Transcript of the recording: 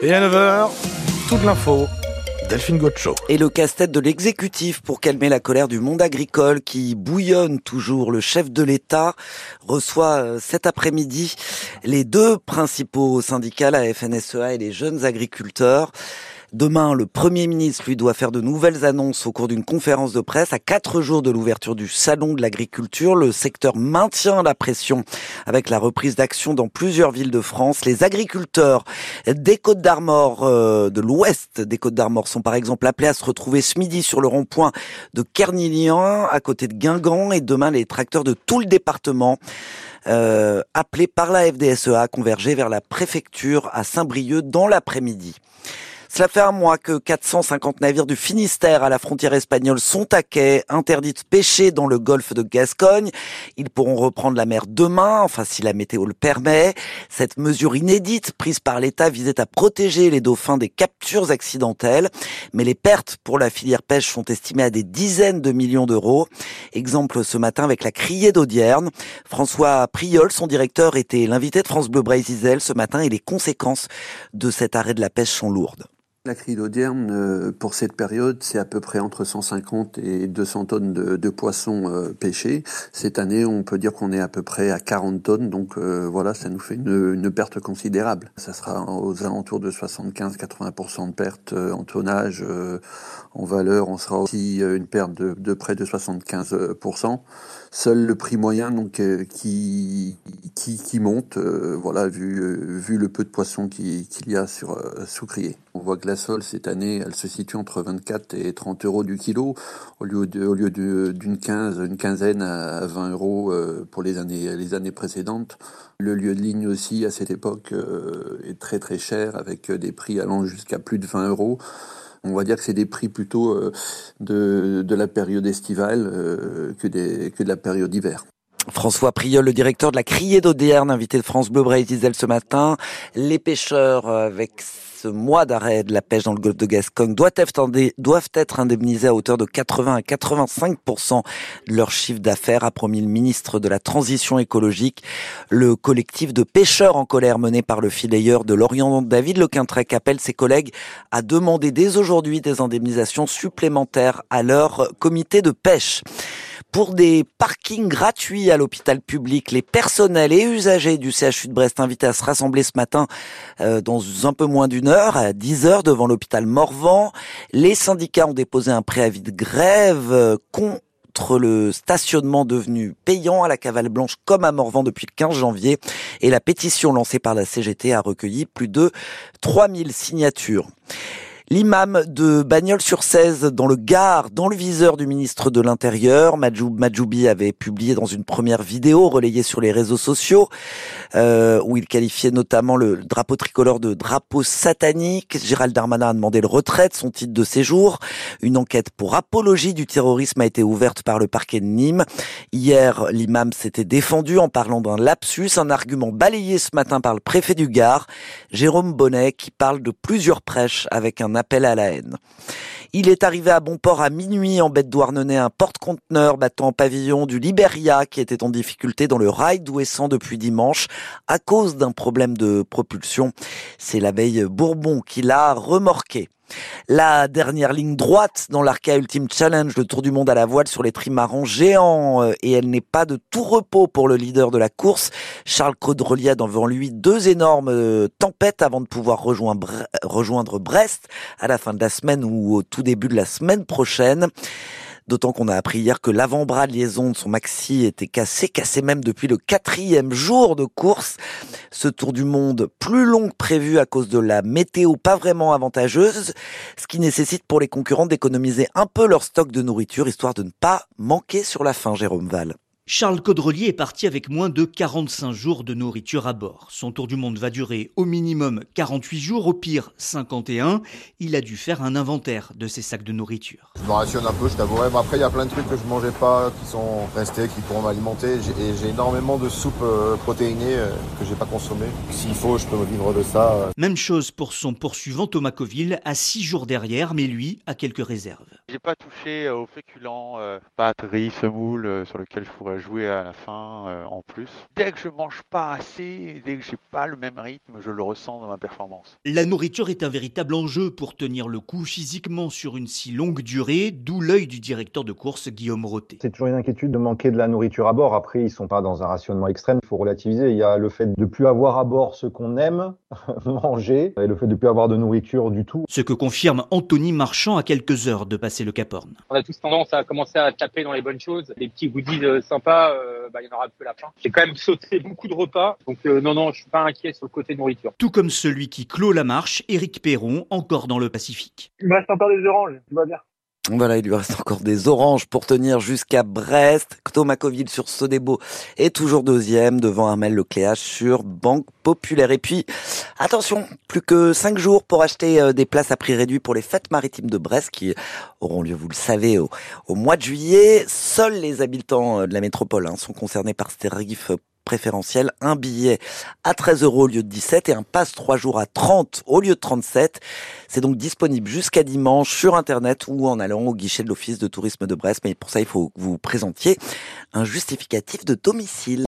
Et à 9h, toute l'info. Delphine Gaucho. Et le casse-tête de l'exécutif pour calmer la colère du monde agricole qui bouillonne toujours. Le chef de l'État reçoit cet après-midi les deux principaux syndicats, la FNSEA et les jeunes agriculteurs. Demain, le Premier ministre, lui, doit faire de nouvelles annonces au cours d'une conférence de presse. À 4 jours de l'ouverture du Salon de l'agriculture, le secteur maintient la pression avec la reprise d'action dans plusieurs villes de France. Les agriculteurs des Côtes-d'Armor, de l'ouest des Côtes-d'Armor, sont par exemple appelés à se retrouver ce midi sur le rond-point de Kernilian, à côté de Guingamp. Et demain, les tracteurs de tout le département, appelés par la FDSEA à converger vers la préfecture à Saint-Brieuc dans l'après-midi. Cela fait un mois que 450 navires du Finistère à la frontière espagnole sont à quai, interdits de pêcher dans le golfe de Gascogne. Ils pourront reprendre la mer demain, enfin si la météo le permet. Cette mesure inédite prise par l'État visait à protéger les dauphins des captures accidentelles. Mais les pertes pour la filière pêche sont estimées à des dizaines de millions d'euros. Exemple ce matin avec la criée d'Audierne. François Priol, son directeur, était l'invité de France Bleu Brésil ce matin et les conséquences de cet arrêt de la pêche sont lourdes. La criée d'Audierne, pour cette période, c'est à peu près entre 150 et 200 tonnes de poissons pêchés. Cette année, on peut dire qu'on est à peu près à 40 tonnes, donc voilà, ça nous fait une perte considérable. Ça sera aux alentours de 75-80% de perte en tonnage. En valeur, on sera aussi une perte de près de 75%. Seul le prix moyen donc qui monte, voilà, vu le peu de poissons qu'il y a sous criée. On voit que la sole cette année, elle se situe entre 24 et 30 euros du kilo, au lieu d'une quinzaine à 20 euros pour les années précédentes. Le lieu de ligne aussi à cette époque est très très cher, avec des prix allant jusqu'à plus de 20 euros. On va dire que c'est des prix plutôt de la période estivale que de la période d'hiver. François Priol, le directeur de la criée d'Audierne, invité de France Bleu Brésil ce matin. Les pêcheurs, avec ce mois d'arrêt de la pêche dans le golfe de Gascogne, doivent être indemnisés à hauteur de 80 à 85% de leur chiffre d'affaires, a promis le ministre de la Transition écologique. Le collectif de pêcheurs en colère mené par le fileyeur de Lorient, David Lequintrec, appelle ses collègues à demander dès aujourd'hui des indemnisations supplémentaires à leur comité de pêche. Pour des parkings gratuits à l'hôpital public, les personnels et usagers du CHU de Brest invités à se rassembler ce matin dans un peu moins d'une heure, à 10h, devant l'hôpital Morvan. Les syndicats ont déposé un préavis de grève contre le stationnement devenu payant à la Cavale Blanche comme à Morvan depuis le 15 janvier. Et la pétition lancée par la CGT a recueilli plus de 3000 signatures. L'imam de Bagnols-sur-Cèze, dans le Gard, dans le viseur du ministre de l'Intérieur, Majoubi avait publié dans une première vidéo relayée sur les réseaux sociaux, où il qualifiait notamment le drapeau tricolore de drapeau satanique. Gérald Darmanin a demandé le retrait de son titre de séjour. Une enquête pour apologie du terrorisme a été ouverte par le parquet de Nîmes. Hier, l'imam s'était défendu en parlant d'un lapsus, un argument balayé ce matin par le préfet du Gard, Jérôme Bonnet, qui parle de plusieurs prêches avec un appel à la haine. Il est arrivé à bon port à minuit en baie de Douarnenez un porte-conteneur battant en pavillon du Liberia qui était en difficulté dans le rail d'Ouessant depuis dimanche à cause d'un problème de propulsion. C'est l'abeille Bourbon qui l'a remorqué. La dernière ligne droite dans l'Arca Ultimate Challenge, le tour du monde à la voile sur les trimarans géants, et elle n'est pas de tout repos pour le leader de la course. Charles Caudrelier a devant lui deux énormes tempêtes avant de pouvoir rejoindre Brest à la fin de la semaine ou au tout début de la semaine prochaine. D'autant qu'on a appris hier que l'avant-bras de liaison de son maxi était cassé même depuis le 4e jour de course. Ce tour du monde plus long que prévu à cause de la météo pas vraiment avantageuse, ce qui nécessite pour les concurrents d'économiser un peu leur stock de nourriture, histoire de ne pas manquer sur la fin, Jérôme Val. Charles Caudrelier est parti avec moins de 45 jours de nourriture à bord. Son tour du monde va durer au minimum 48 jours, au pire 51. Il a dû faire un inventaire de ses sacs de nourriture. Je me rationne un peu, je t'avouerai. Mais après, il y a plein de trucs que je mangeais pas, qui sont restés, qui pourront m'alimenter. J'ai énormément de soupes protéinées que j'ai pas consommées. S'il faut, je peux me vivre de ça. Même chose pour son poursuivant Thomas Coville, à 6 jours derrière, mais lui a quelques réserves. J'ai pas touché aux féculents, pâtes, riz, semoule, sur lequel je pourrais jouer à la fin, en plus. Dès que je mange pas assez, dès que j'ai pas le même rythme, je le ressens dans ma performance. La nourriture est un véritable enjeu pour tenir le coup physiquement sur une si longue durée, d'où l'œil du directeur de course Guillaume Roté. C'est toujours une inquiétude de manquer de la nourriture à bord. Après, ils sont pas dans un rationnement extrême, il faut relativiser. Il y a le fait de plus avoir à bord ce qu'on aime manger et le fait de plus avoir de nourriture du tout. Ce que confirme Anthony Marchand à quelques heures de passer le Cap Horn. On a tous tendance à commencer à taper dans les bonnes choses. Les petits goodies sympas, il y en aura plus à la fin. J'ai quand même sauté beaucoup de repas, donc non, je suis pas inquiet sur le côté nourriture. Tout comme celui qui clôt la marche, Éric Perron, encore dans le Pacifique. Il me reste encore des oranges, tout va bien. Voilà, il lui reste encore des oranges pour tenir jusqu'à Brest. Thomas Coville sur Sodebo est toujours deuxième devant Armel Lecléache sur Banque Populaire. Et puis, attention, plus que 5 jours pour acheter des places à prix réduit pour les fêtes maritimes de Brest qui auront lieu, vous le savez, au mois de juillet. Seuls les habitants de la métropole sont concernés par ces tarifs préférentiel, un billet à 13 € au lieu de 17 et un pass 3 jours à 30 au lieu de 37. C'est donc disponible jusqu'à dimanche sur Internet ou en allant au guichet de l'Office de tourisme de Brest. Mais pour ça, il faut que vous présentiez un justificatif de domicile.